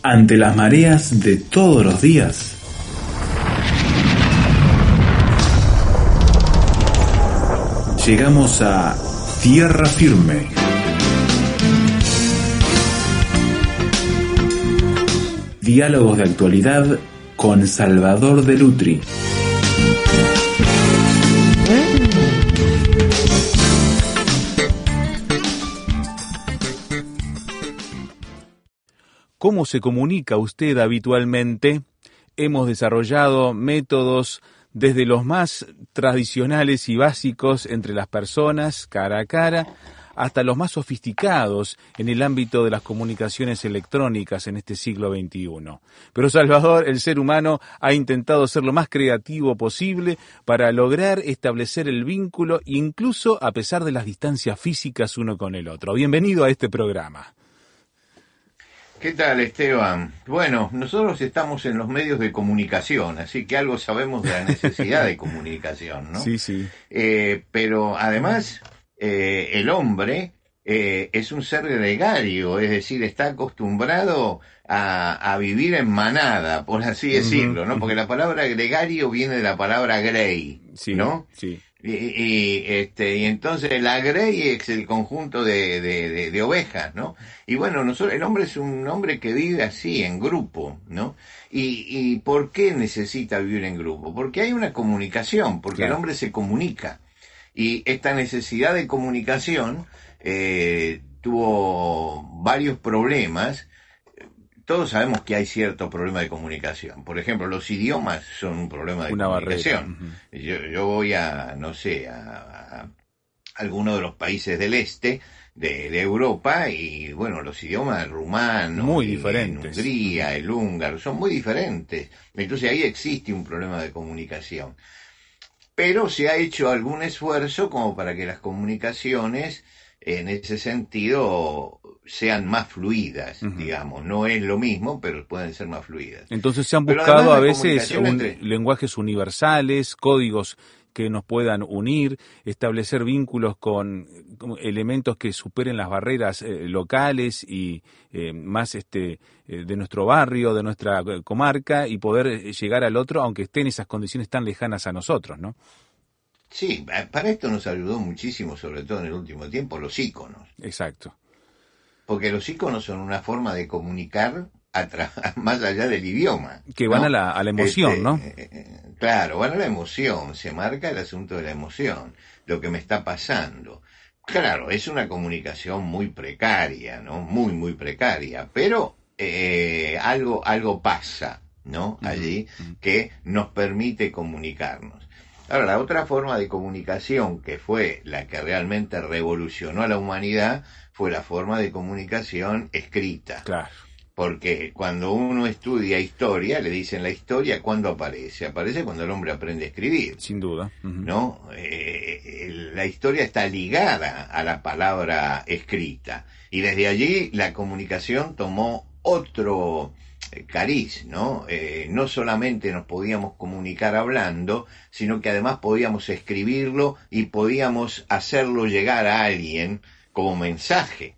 Ante las mareas de todos los días, llegamos a tierra firme. Diálogos de actualidad con Salvador de Lutri. ¿Cómo se comunica usted habitualmente? Hemos desarrollado métodos desde los más tradicionales y básicos entre las personas, cara a cara, hasta los más sofisticados en el ámbito de las comunicaciones electrónicas en este siglo XXI. Pero Salvador, el ser humano, ha intentado ser lo más creativo posible para lograr establecer el vínculo, incluso a pesar de las distancias físicas uno con el otro. Bienvenido a este programa. ¿Qué tal, Esteban? Bueno, nosotros estamos en los medios de comunicación, así que algo sabemos de la necesidad de comunicación, ¿no? Sí. Pero además, el hombre es un ser gregario, es decir, está acostumbrado a vivir en manada, por así decirlo, ¿no? Porque la palabra gregario viene de la palabra grey, ¿no? Sí. Y entonces la grey es el conjunto de ovejas, ¿no? Y bueno, el hombre es un hombre que vive así, en grupo, ¿no? ¿Y por qué necesita vivir en grupo? Porque hay una comunicación, porque Claro. el hombre se comunica. Y esta necesidad de comunicación tuvo varios problemas. Todos sabemos que hay cierto problema de comunicación. Por ejemplo, los idiomas son un problema de comunicación. Yo voy a alguno de los países del este de Europa y, bueno, los idiomas rumanos, muy diferentes. En Hungría, el húngaro, son muy diferentes. Entonces ahí existe un problema de comunicación. Pero se ha hecho algún esfuerzo como para que las comunicaciones, en ese sentido, sean más fluidas, digamos. No es lo mismo, pero pueden ser más fluidas. Entonces se han Pero buscado además, a la veces comunicación lenguajes universales, códigos que nos puedan unir, establecer vínculos con elementos que superen las barreras locales y más de nuestro barrio, de nuestra comarca, y poder llegar al otro, aunque esté en esas condiciones tan lejanas a nosotros, ¿no? Sí, para esto nos ayudó muchísimo, sobre todo en el último tiempo, los íconos. Exacto. Porque los íconos son una forma de comunicar más allá del idioma. Que van, ¿no?, a la emoción, ¿no? Claro, van a la emoción, se marca el asunto de la emoción, lo que me está pasando. Claro, es una comunicación muy precaria, ¿no? Muy, muy precaria, pero algo pasa, ¿no? Allí que nos permite comunicarnos. Ahora, la otra forma de comunicación, que fue la que realmente revolucionó a la humanidad, fue la forma de comunicación escrita. Claro. Porque cuando uno estudia historia, le dicen la historia, ¿cuándo aparece? Aparece cuando el hombre aprende a escribir. Sin duda. ¿No? La historia está ligada a la palabra escrita. Y desde allí la comunicación tomó otro cariz, ¿no? No solamente nos podíamos comunicar hablando, sino que además podíamos escribirlo y podíamos hacerlo llegar a alguien como mensaje.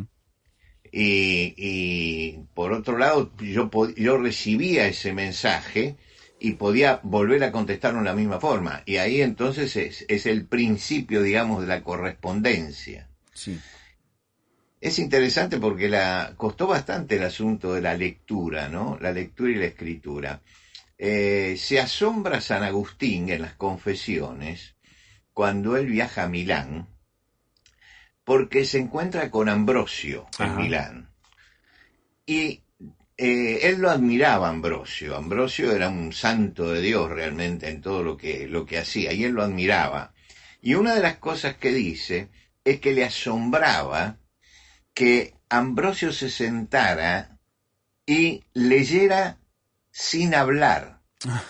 Y por otro lado, yo recibía ese mensaje y podía volver a contestarlo en la misma forma. Y ahí entonces es el principio, digamos, de la correspondencia. Sí. Es interesante porque costó bastante el asunto de la lectura, ¿no? La lectura y la escritura. Se asombra San Agustín en las Confesiones cuando él viaja a Milán, porque se encuentra con Ambrosio en Milán. Y él lo admiraba, Ambrosio. Ambrosio era un santo de Dios realmente en todo lo que hacía, y él lo admiraba. Y una de las cosas que dice es que le asombraba que Ambrosio se sentara y leyera sin hablar,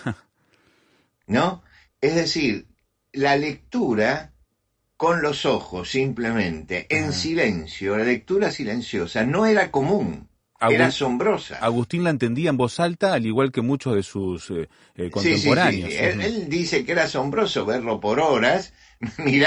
¿no? Es decir, la lectura con los ojos, simplemente, en silencio, la lectura silenciosa, no era común, era asombrosa. Agustín la entendía en voz alta, al igual que muchos de sus contemporáneos. Sí. Él dice que era asombroso verlo por horas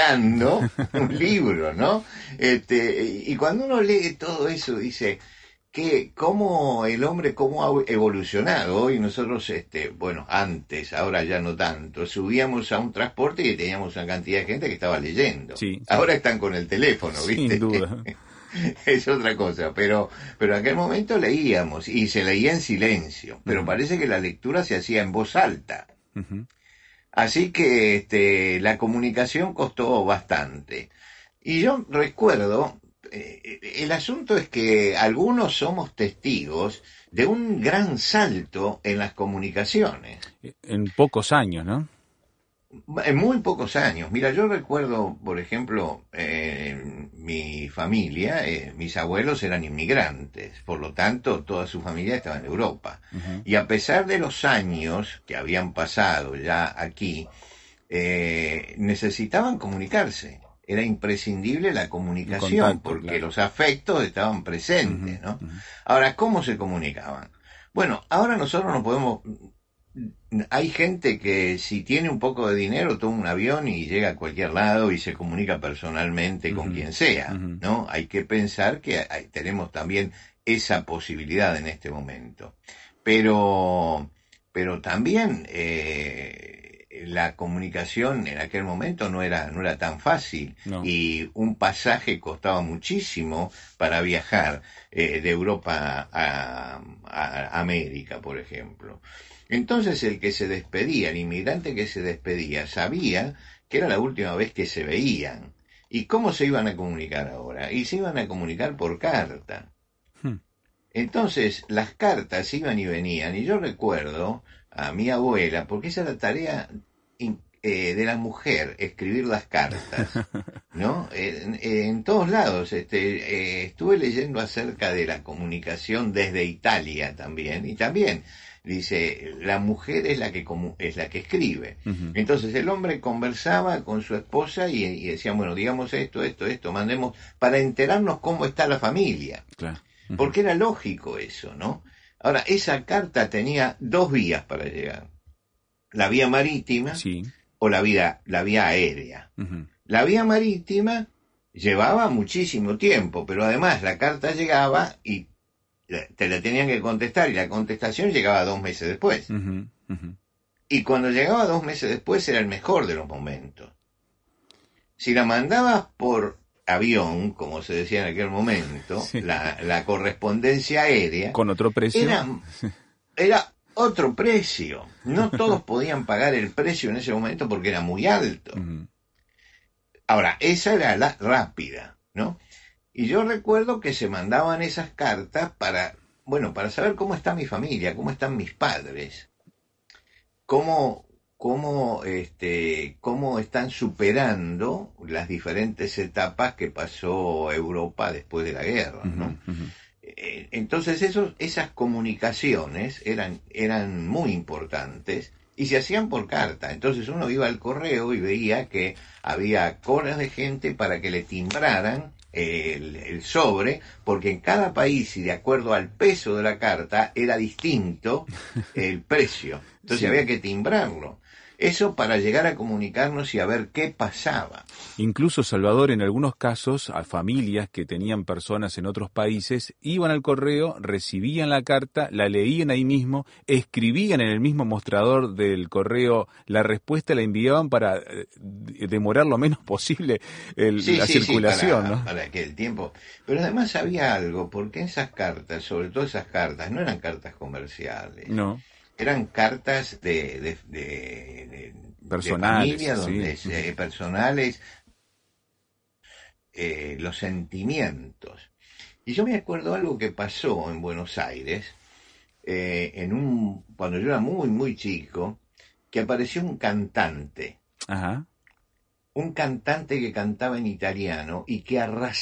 mirando un libro, ¿no? Y cuando uno lee todo eso, dice, cómo el hombre cómo ha evolucionado. Hoy nosotros, bueno, antes, ahora ya no tanto, subíamos a un transporte y teníamos una cantidad de gente que estaba leyendo. Sí, sí. Ahora están con el teléfono, ¿viste? Sin duda. Es otra cosa, pero en aquel momento leíamos y se leía en silencio, pero parece que la lectura se hacía en voz alta. Ujú. Así que la comunicación costó bastante. Y yo recuerdo, el asunto es que algunos somos testigos de un gran salto en las comunicaciones. En pocos años, ¿no? En muy pocos años. Mira, yo recuerdo, por ejemplo, mi familia, mis abuelos eran inmigrantes, por lo tanto, toda su familia estaba en Europa. Ujú. Y a pesar de los años que habían pasado ya aquí, necesitaban comunicarse. Era imprescindible la El comunicación, contacto, porque claro. los afectos estaban presentes, Ujú, ¿no? ujú. Ahora, ¿cómo se comunicaban? Bueno, ahora nosotros no podemos. Hay gente que si tiene un poco de dinero toma un avión y llega a cualquier lado y se comunica personalmente con Ujú, quien sea, ujú. ¿no? Hay que pensar que tenemos también esa posibilidad en este momento. Pero, pero también la comunicación en aquel momento no era tan fácil No. y un pasaje costaba muchísimo para viajar de Europa a América, por ejemplo. Entonces el que se despedía, el inmigrante que se despedía, sabía que era la última vez que se veían. ¿Y cómo se iban a comunicar ahora? Y se iban a comunicar por carta. Hmm. Entonces las cartas iban y venían, y yo recuerdo a mi abuela, porque esa era la tarea de la mujer, escribir las cartas, ¿no? En todos lados, estuve leyendo acerca de la comunicación desde Italia también, y también dice, la mujer es la que es la que escribe. Ujú. Entonces el hombre conversaba con su esposa y decía, bueno, digamos esto, mandemos, para enterarnos cómo está la familia, Claro. Ujú. porque era lógico eso, ¿no? Ahora, esa carta tenía dos vías para llegar, la vía marítima Sí. o la vía aérea. Ujú. La vía marítima llevaba muchísimo tiempo, pero además la carta llegaba y te la tenían que contestar y la contestación llegaba 2 meses después. Ujú. Ujú. Y cuando llegaba 2 meses después era el mejor de los momentos. Si la mandabas por avión, como se decía en aquel momento, Sí. la correspondencia aérea, Con otro precio. era, era otro precio. No todos podían pagar el precio en ese momento porque era muy alto. Ujú. Ahora, esa era la rápida, ¿no? Y yo recuerdo que se mandaban esas cartas para saber cómo está mi familia, cómo están mis padres, cómo están superando las diferentes etapas que pasó Europa después de la guerra, ¿no? Ujú. Ujú. Entonces esas comunicaciones eran muy importantes y se hacían por carta. Entonces uno iba al correo y veía que había colas de gente para que le timbraran el sobre, porque en cada país y de acuerdo al peso de la carta era distinto el precio. Entonces Sí. había que timbrarlo. Eso para llegar a comunicarnos y a ver qué pasaba. Incluso, Salvador, en algunos casos, a familias que tenían personas en otros países, iban al correo, recibían la carta, la leían ahí mismo, escribían en el mismo mostrador del correo la respuesta, la enviaban para demorar lo menos posible Sí, la sí, sí, circulación, ¿no? para que el tiempo. Pero además había algo, porque esas cartas, sobre todo esas cartas, no eran cartas comerciales, No, eran cartas de personales, familia, sí. donde personales, los sentimientos. Y yo me acuerdo algo que pasó en Buenos Aires, cuando yo era muy, muy chico, que apareció Ajá. un cantante que cantaba en italiano y que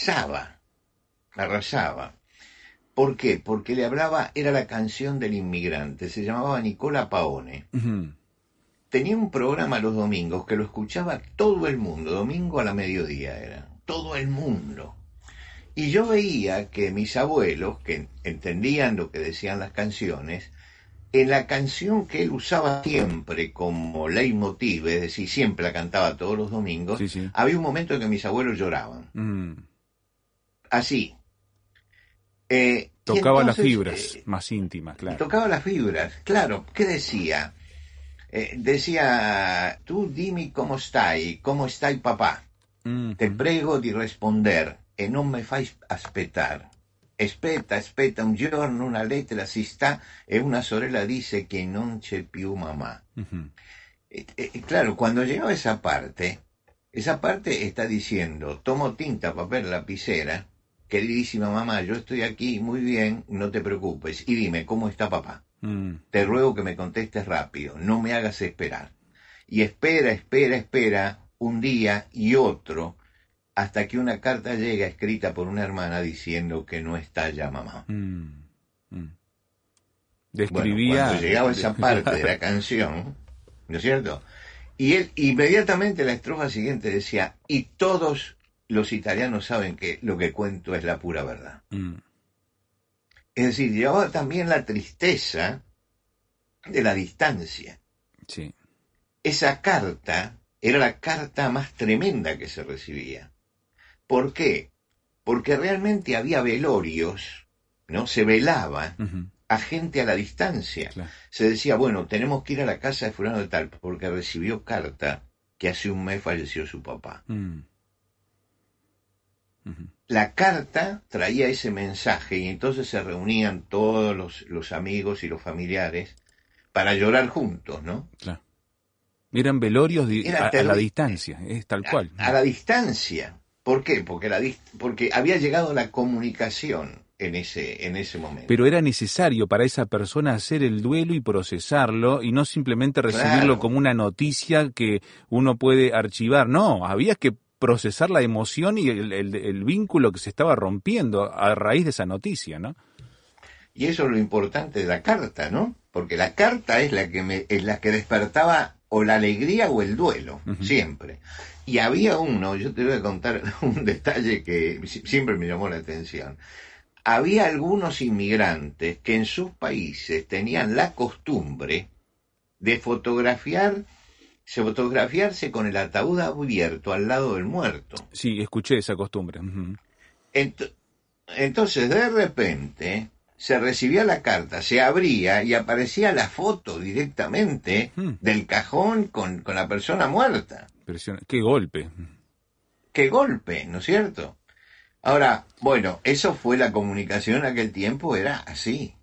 arrasaba. ¿Por qué? Porque le hablaba, era la canción del inmigrante, se llamaba Nicola Paone. Ujú. Tenía un programa los domingos que lo escuchaba todo el mundo, domingo a la mediodía era, todo el mundo. Y yo veía que mis abuelos, que entendían lo que decían las canciones, en la canción que él usaba siempre como leitmotiv, es decir, siempre la cantaba todos los domingos, Sí, sí. había un momento en que mis abuelos lloraban. Mm. Así. Tocaba entonces, las fibras más íntimas, claro. Tocaba las fibras, claro. ¿Qué decía? Decía, tú dime cómo stai papà. Te prego di rispondere e non me fai aspettare. Aspetta un giorno una lettera si sta e una sorella dice che non c'è più mamá. Claro, cuando llegaba esa parte está diciendo, tomo tinta, papel, lapicera, queridísima mamá, yo estoy aquí muy bien, no te preocupes, y dime, ¿cómo está papá? Te ruego que me contestes rápido, no me hagas esperar. Y espera, un día y otro, hasta que una carta llega escrita por una hermana diciendo que no está ya mamá. Describía... Bueno, cuando llegaba esa parte de la canción, ¿no es cierto? Y él, inmediatamente la estrofa siguiente decía, y todos los italianos saben que lo que cuento es la pura verdad. Es decir, llevaba también la tristeza de la distancia. Sí. Esa carta era la carta más tremenda que se recibía. ¿Por qué? Porque realmente había velorios, ¿no? Se velaba a gente a la distancia. Claro. Se decía, bueno, tenemos que ir a la casa de fulano de tal, porque recibió carta que hace un mes falleció su papá. La carta traía ese mensaje y entonces se reunían todos los amigos y los familiares para llorar juntos, ¿no? Claro. Eran velorios a la distancia, es tal cual. A la distancia. ¿Por qué? Porque había llegado la comunicación en ese momento. Pero era necesario para esa persona hacer el duelo y procesarlo y no simplemente recibirlo como una noticia que uno puede archivar. No, había que procesar la emoción y el vínculo que se estaba rompiendo a raíz de esa noticia, ¿no? Y eso es lo importante de la carta, ¿no? Porque la carta es la que despertaba o la alegría o el duelo, siempre. Y había yo te voy a contar un detalle que siempre me llamó la atención. Había algunos inmigrantes que en sus países tenían la costumbre de fotografiarse con el ataúd abierto al lado del muerto. Sí, escuché esa costumbre. Entonces, de repente, se recibía la carta, se abría y aparecía la foto directamente del cajón con la persona muerta. ¡Qué golpe! ¡Qué golpe!, ¿no es cierto? Ahora, bueno, eso fue la comunicación en aquel tiempo, era así.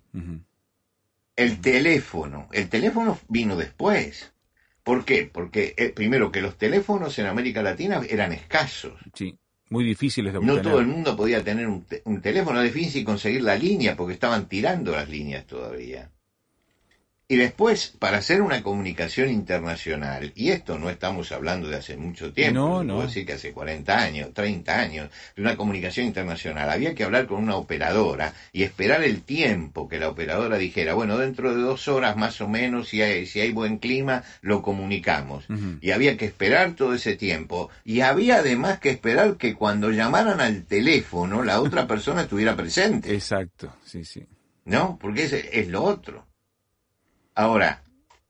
El teléfono vino después. ¿Por qué? Porque primero que los teléfonos en América Latina eran escasos. Sí, muy difíciles de obtener. No todo el mundo podía tener un teléfono, era difícil conseguir la línea porque estaban tirando las líneas todavía. Y después, para hacer una comunicación internacional, y esto no estamos hablando de hace mucho tiempo, puedo decir que hace 40 años, 30 años, de una comunicación internacional, había que hablar con una operadora y esperar el tiempo que la operadora dijera, bueno, dentro de 2 horas más o menos, si hay buen clima, lo comunicamos. Y había que esperar todo ese tiempo. Y había además que esperar que cuando llamaran al teléfono, la otra persona estuviera presente. Exacto, sí. ¿No? Porque es lo otro. Ahora,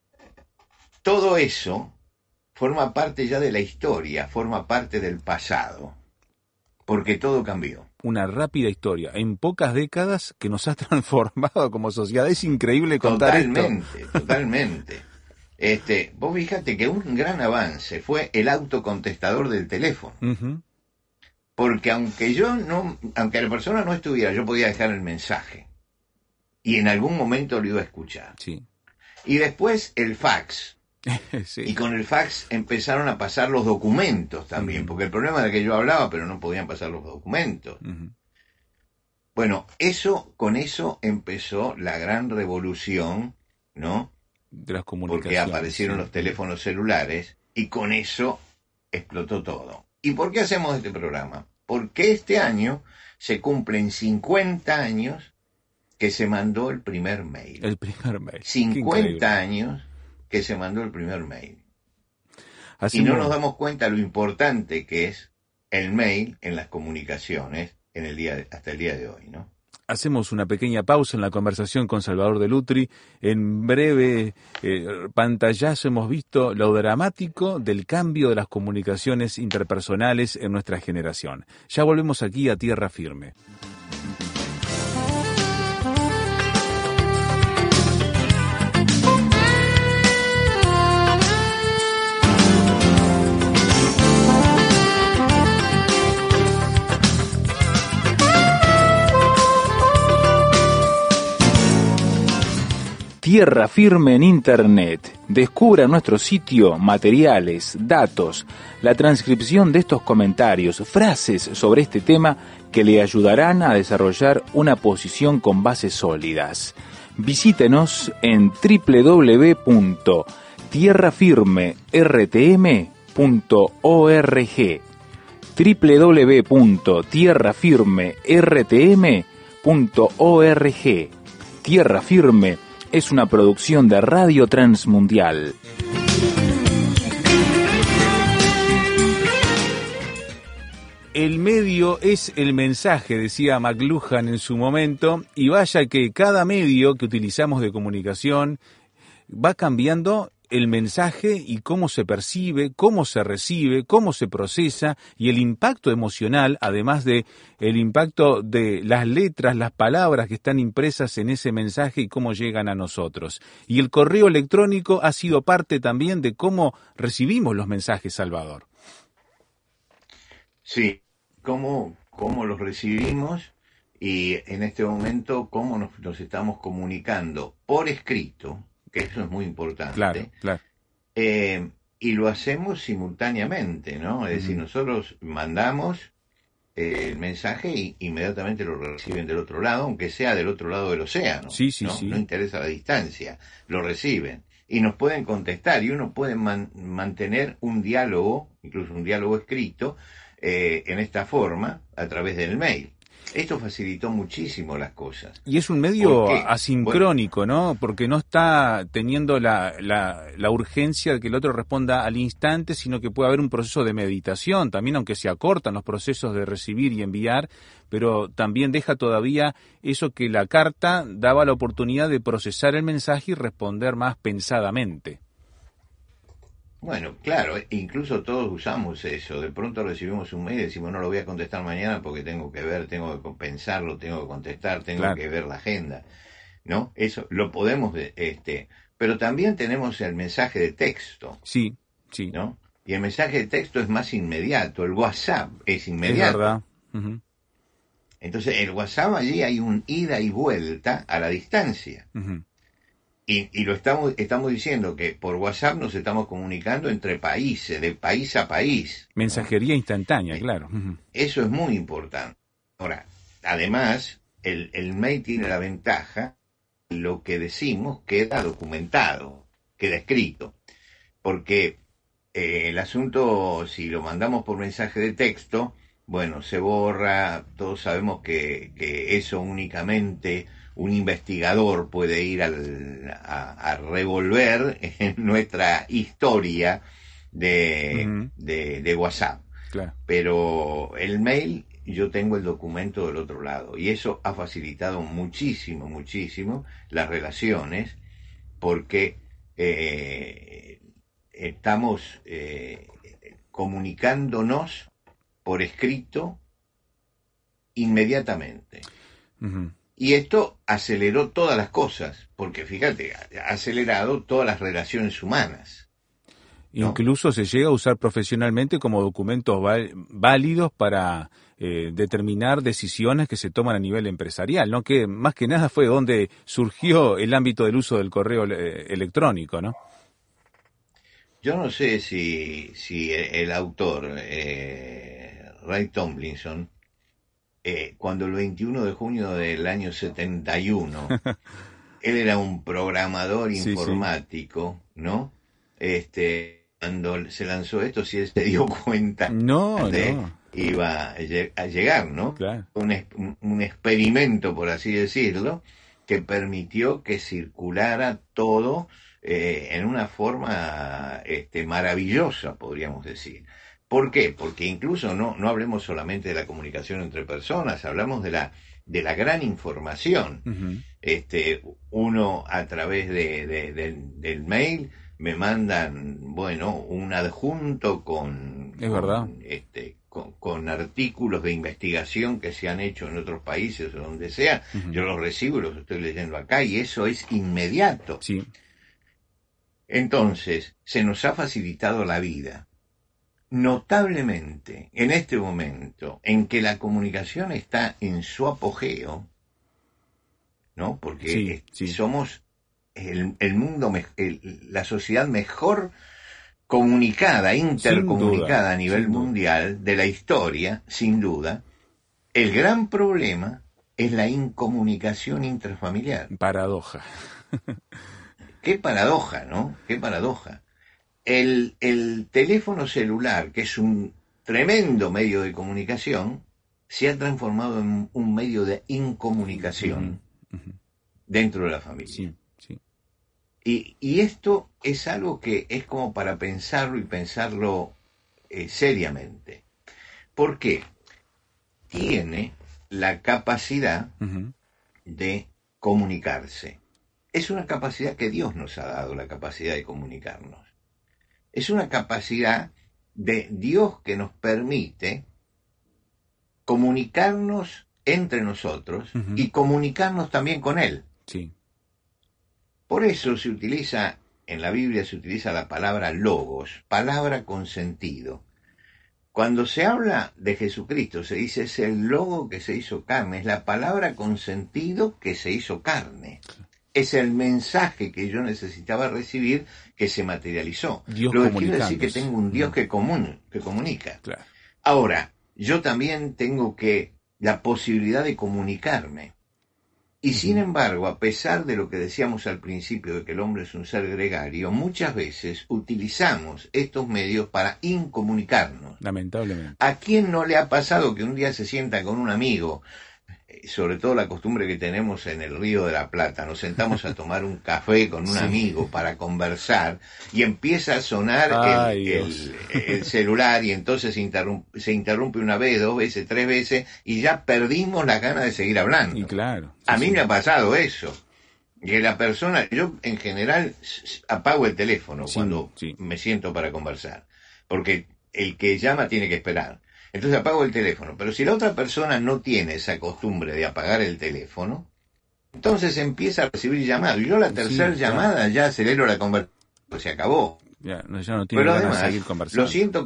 todo eso forma parte ya de la historia, forma parte del pasado, porque todo cambió. Una rápida historia, en pocas décadas, que nos ha transformado como sociedad. Es increíble contar esto. Totalmente. Vos fíjate que un gran avance fue el autocontestador del teléfono. Porque aunque la persona no estuviera, yo podía dejar el mensaje. Y en algún momento lo iba a escuchar. Sí. Y después el fax. Sí. Y con el fax empezaron a pasar los documentos también, porque el problema era que yo hablaba, pero no podían pasar los documentos. Bueno, con eso empezó la gran revolución, ¿no? De las comunicaciones. Porque aparecieron los teléfonos celulares y con eso explotó todo. ¿Y por qué hacemos este programa? Porque este año se cumplen 50 años que se mandó el primer mail. El primer mail. 50 años que se mandó el primer mail. Y no nos damos cuenta lo importante que es el mail en las comunicaciones hasta el día de hoy, ¿no? Hacemos una pequeña pausa en la conversación con Salvador de Lutri. En breve pantallazo hemos visto lo dramático del cambio de las comunicaciones interpersonales en nuestra generación. Ya volvemos aquí a Tierra Firme. Tierra Firme en Internet. Descubra nuestro sitio materiales, datos, la transcripción de estos comentarios, frases sobre este tema que le ayudarán a desarrollar una posición con bases sólidas. Visítenos en www.tierrafirmertm.org www.tierrafirmertm.org. Tierra Firme es una producción de Radio Transmundial. El medio es el mensaje, decía McLuhan en su momento, y vaya que cada medio que utilizamos de comunicación va cambiando el mensaje y cómo se percibe, cómo se recibe, cómo se procesa, y el impacto emocional, además de el impacto de las letras, las palabras que están impresas en ese mensaje y cómo llegan a nosotros. Y el correo electrónico ha sido parte también de cómo recibimos los mensajes, Salvador. Sí, cómo los recibimos y en este momento cómo nos estamos comunicando por escrito, que eso es muy importante. Claro, claro. Y lo hacemos simultáneamente, ¿no? Es decir, nosotros mandamos el mensaje y inmediatamente lo reciben del otro lado, aunque sea del otro lado del océano. Sí, sí, ¿no? sí. No interesa la distancia, lo reciben. Y nos pueden contestar y uno puede mantener un diálogo, incluso un diálogo escrito, en esta forma, a través del mail. Esto facilitó muchísimo las cosas. Y es un medio asincrónico, ¿no? Porque no está teniendo la urgencia de que el otro responda al instante, sino que puede haber un proceso de meditación, también aunque se acortan los procesos de recibir y enviar, pero también deja todavía eso que la carta daba la oportunidad de procesar el mensaje y responder más pensadamente. Bueno, claro, incluso todos usamos eso. De pronto recibimos un mail y decimos, no lo voy a contestar mañana porque tengo que ver, tengo que pensarlo, tengo que contestar, tengo que ver la agenda, ¿no? Eso lo podemos, pero también tenemos el mensaje de texto. Sí, sí. ¿No? Y el mensaje de texto es más inmediato, el WhatsApp es inmediato. Es verdad. Uh-huh. Entonces, el WhatsApp allí hay un ida y vuelta a la distancia. Uh-huh. Y lo estamos diciendo que por WhatsApp nos estamos comunicando entre países, de país a país. Mensajería instantánea, claro. Eso es muy importante. Ahora, además, el mail tiene la ventaja, lo que decimos queda documentado, queda escrito. Porque el asunto, si lo mandamos por mensaje de texto, bueno, se borra, todos sabemos que eso únicamente un investigador puede ir a revolver en nuestra historia de WhatsApp. Claro. Pero el mail, yo tengo el documento del otro lado y eso ha facilitado muchísimo, muchísimo las relaciones porque estamos comunicándonos por escrito inmediatamente. Uh-huh. Y esto aceleró todas las cosas, porque fíjate, ha acelerado todas las relaciones humanas, ¿no? Incluso se llega a usar profesionalmente como documentos válidos para determinar decisiones que se toman a nivel empresarial, ¿no? Que más que nada fue donde surgió el ámbito del uso del correo electrónico, ¿no? Yo no sé si el autor, Ray Tomlinson, cuando el 21 de junio del año 71, él era un programador informático, sí. ¿No? Cuando se lanzó esto, si él se dio cuenta iba a llegar, ¿no? Claro. Un experimento, por así decirlo, que permitió que circulara todo en una forma maravillosa, podríamos decir. ¿Por qué? Porque incluso no hablemos solamente de la comunicación entre personas, hablamos de la gran información. Uh-huh. Uno a través del mail me mandan, bueno, un adjunto con artículos de investigación que se han hecho en otros países o donde sea. Uh-huh. Yo los recibo y los estoy leyendo acá y eso es inmediato. Sí. Entonces, se nos ha facilitado la vida. Notablemente, en este momento en que la comunicación está en su apogeo, ¿no? Porque somos el mundo, la sociedad mejor comunicada, intercomunicada a nivel mundial de la historia, sin duda. El gran problema es la incomunicación intrafamiliar. Paradoja. Qué paradoja, ¿no? Qué paradoja. El teléfono celular, que es un tremendo medio de comunicación, se ha transformado en un medio de incomunicación dentro de la familia. Sí, sí. Y esto es algo que es como para pensarlo y pensarlo seriamente. ¿Por qué? Tiene la capacidad de comunicarse. Es una capacidad que Dios nos ha dado, la capacidad de comunicarnos. Es una capacidad de Dios que nos permite comunicarnos entre nosotros y comunicarnos también con Él. Sí. Por eso se utiliza, en la Biblia se utiliza la palabra logos, palabra con sentido. Cuando se habla de Jesucristo, se dice es el logo que se hizo carne, es la palabra con sentido que se hizo carne. Es el mensaje que yo necesitaba recibir que se materializó. Dios Lo que quiere decir que tengo un Dios que comunica. Claro. Ahora, yo también tengo la posibilidad de comunicarme. Y sin embargo, a pesar de lo que decíamos al principio de que el hombre es un ser gregario, muchas veces utilizamos estos medios para incomunicarnos. Lamentablemente. ¿A quién no le ha pasado que un día se sienta con un amigo? Sobre todo la costumbre que tenemos en el Río de la Plata, nos sentamos a tomar un café con un amigo para conversar y empieza a sonar el celular y entonces se interrumpe una vez, dos veces, tres veces y ya perdimos la gana de seguir hablando. Y claro. A mí me ha pasado eso. Que la persona, yo en general apago el teléfono cuando me siento para conversar, porque el que llama tiene que esperar. Entonces apago el teléfono. Pero si la otra persona no tiene esa costumbre de apagar el teléfono, entonces empieza a recibir llamadas. Yo la tercera llamada ya acelero la conversación. Se acabó. Ya no tiene pero ganas además, de seguir conversando.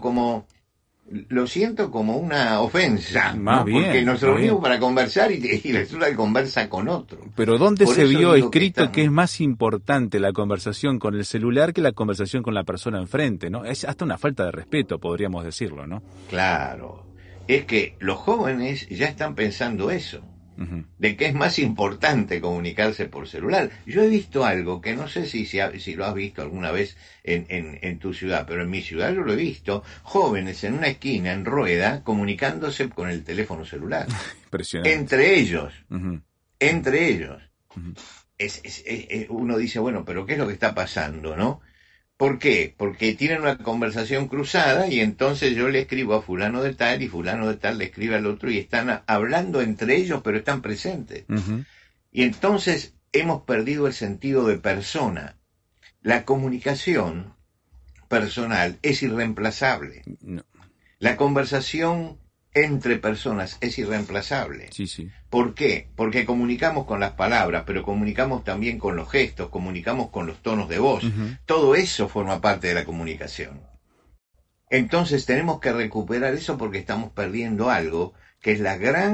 Lo siento como una ofensa. Más bien, porque nos reunimos para conversar y resulta que conversa con otro. Pero ¿dónde se vio escrito que es más importante la conversación con el celular que la conversación con la persona enfrente, ¿no? Es hasta una falta de respeto, podríamos decirlo, ¿no? Claro. Es que los jóvenes ya están pensando eso. De que es más importante comunicarse por celular. Yo he visto algo que no sé si lo has visto alguna vez en tu ciudad, pero en mi ciudad yo lo he visto, jóvenes en una esquina, en rueda, comunicándose con el teléfono celular. Impresionante. Entre ellos. Uno dice, bueno, pero ¿qué es lo que está pasando, no? ¿Por qué? Porque tienen una conversación cruzada y entonces yo le escribo a fulano de tal y fulano de tal le escribe al otro y están hablando entre ellos pero están presentes. Y entonces hemos perdido el sentido de persona. La comunicación personal es irreemplazable. No. La conversación entre personas es irreemplazable. Sí. ¿Por qué? Porque comunicamos con las palabras, pero comunicamos también con los gestos, comunicamos con los tonos de voz. Todo eso forma parte de la comunicación. Entonces tenemos que recuperar eso porque estamos perdiendo algo que es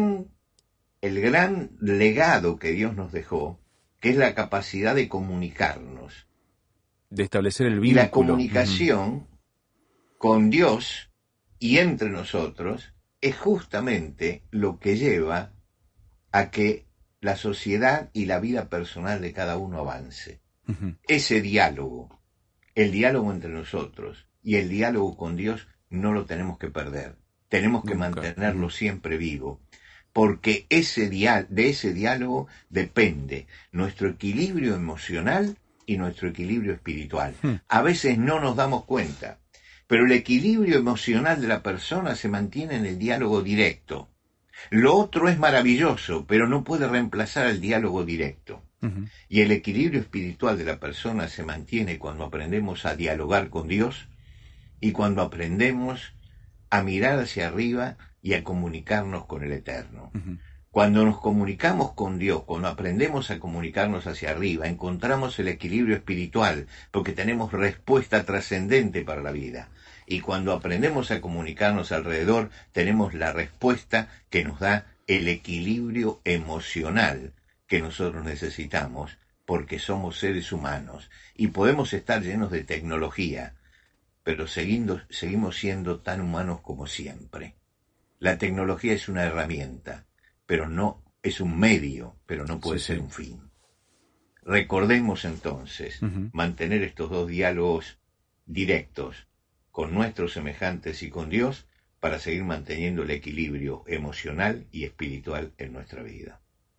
el gran legado que Dios nos dejó, que es la capacidad de comunicarnos. De establecer el vínculo. Y la comunicación con Dios y entre nosotros es justamente lo que lleva a que la sociedad y la vida personal de cada uno avance. Ese diálogo, el diálogo entre nosotros y el diálogo con Dios no lo tenemos que perder. Tenemos que mantenerlo siempre vivo, porque de ese diálogo depende nuestro equilibrio emocional y nuestro equilibrio espiritual. A veces no nos damos cuenta, pero el equilibrio emocional de la persona se mantiene en el diálogo directo. Lo otro es maravilloso, pero no puede reemplazar el diálogo directo. Y el equilibrio espiritual de la persona se mantiene cuando aprendemos a dialogar con Dios y cuando aprendemos a mirar hacia arriba y a comunicarnos con el Eterno. Cuando nos comunicamos con Dios, cuando aprendemos a comunicarnos hacia arriba, encontramos el equilibrio espiritual, porque tenemos respuesta trascendente para la vida. Y cuando aprendemos a comunicarnos alrededor, tenemos la respuesta que nos da el equilibrio emocional que nosotros necesitamos porque somos seres humanos y podemos estar llenos de tecnología, pero seguimos siendo tan humanos como siempre. La tecnología es una herramienta, pero no es un medio, pero no puede ser un fin. Recordemos entonces mantener estos dos diálogos directos con nuestros semejantes y con Dios para seguir manteniendo el equilibrio emocional y espiritual en nuestra vida.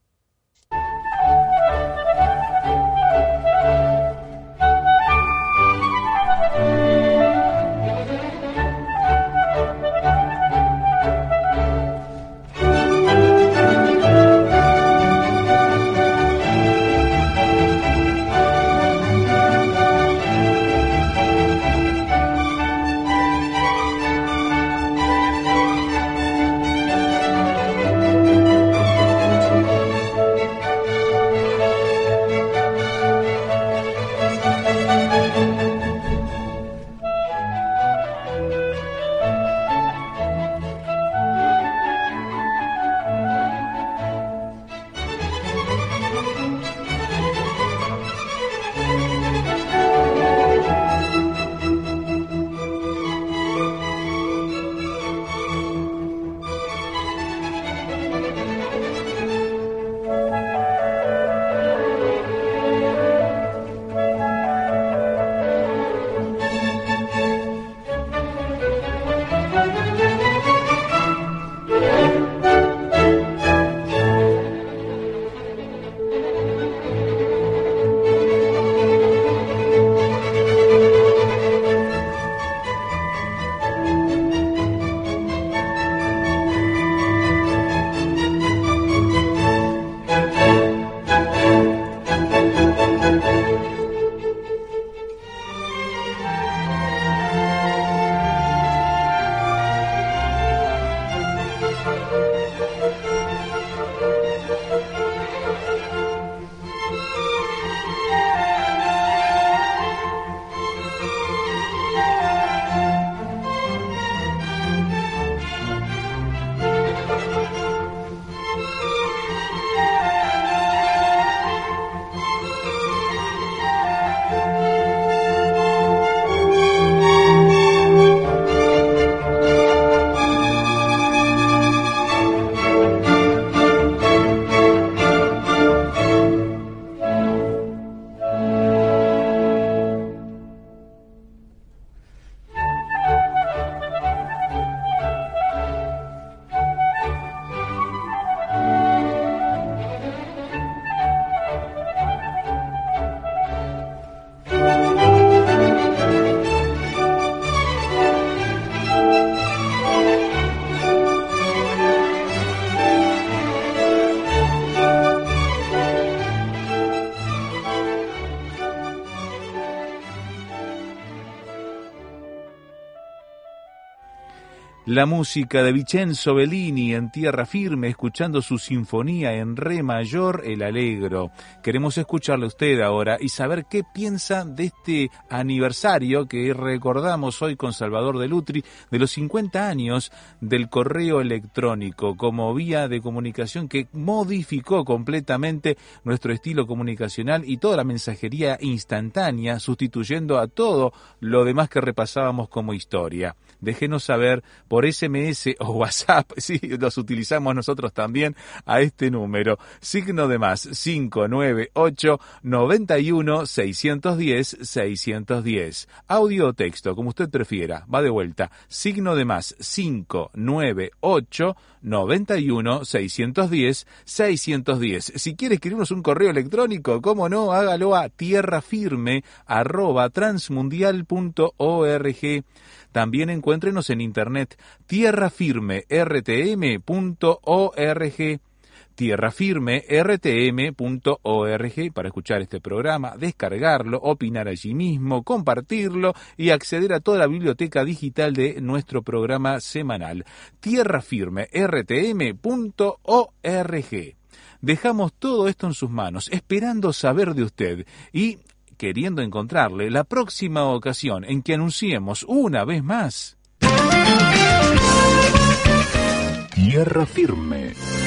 La música de Vincenzo Bellini en Tierra Firme, escuchando su sinfonía en re mayor, El Allegro. Queremos escucharle a usted ahora y saber qué piensa de este aniversario que recordamos hoy con Salvador de Lutri, de los 50 años del correo electrónico como vía de comunicación que modificó completamente nuestro estilo comunicacional y toda la mensajería instantánea, sustituyendo a todo lo demás que repasábamos como historia. Déjenos saber por SMS o WhatsApp, sí, los utilizamos nosotros también, a este número, signo de más, 598-91-610-610. Audio o texto, como usted prefiera, va de vuelta, signo de más, 598-91-610-610. Si quiere escribirnos un correo electrónico, cómo no, hágalo a tierrafirme@transmundial.org. También encuéntrenos en internet tierrafirmertm.org, tierrafirmertm.org para escuchar este programa, descargarlo, opinar allí mismo, compartirlo y acceder a toda la biblioteca digital de nuestro programa semanal. tierrafirmertm.org. Dejamos todo esto en sus manos, esperando saber de usted y queriendo encontrarle la próxima ocasión en que anunciemos una vez más Tierra Firme.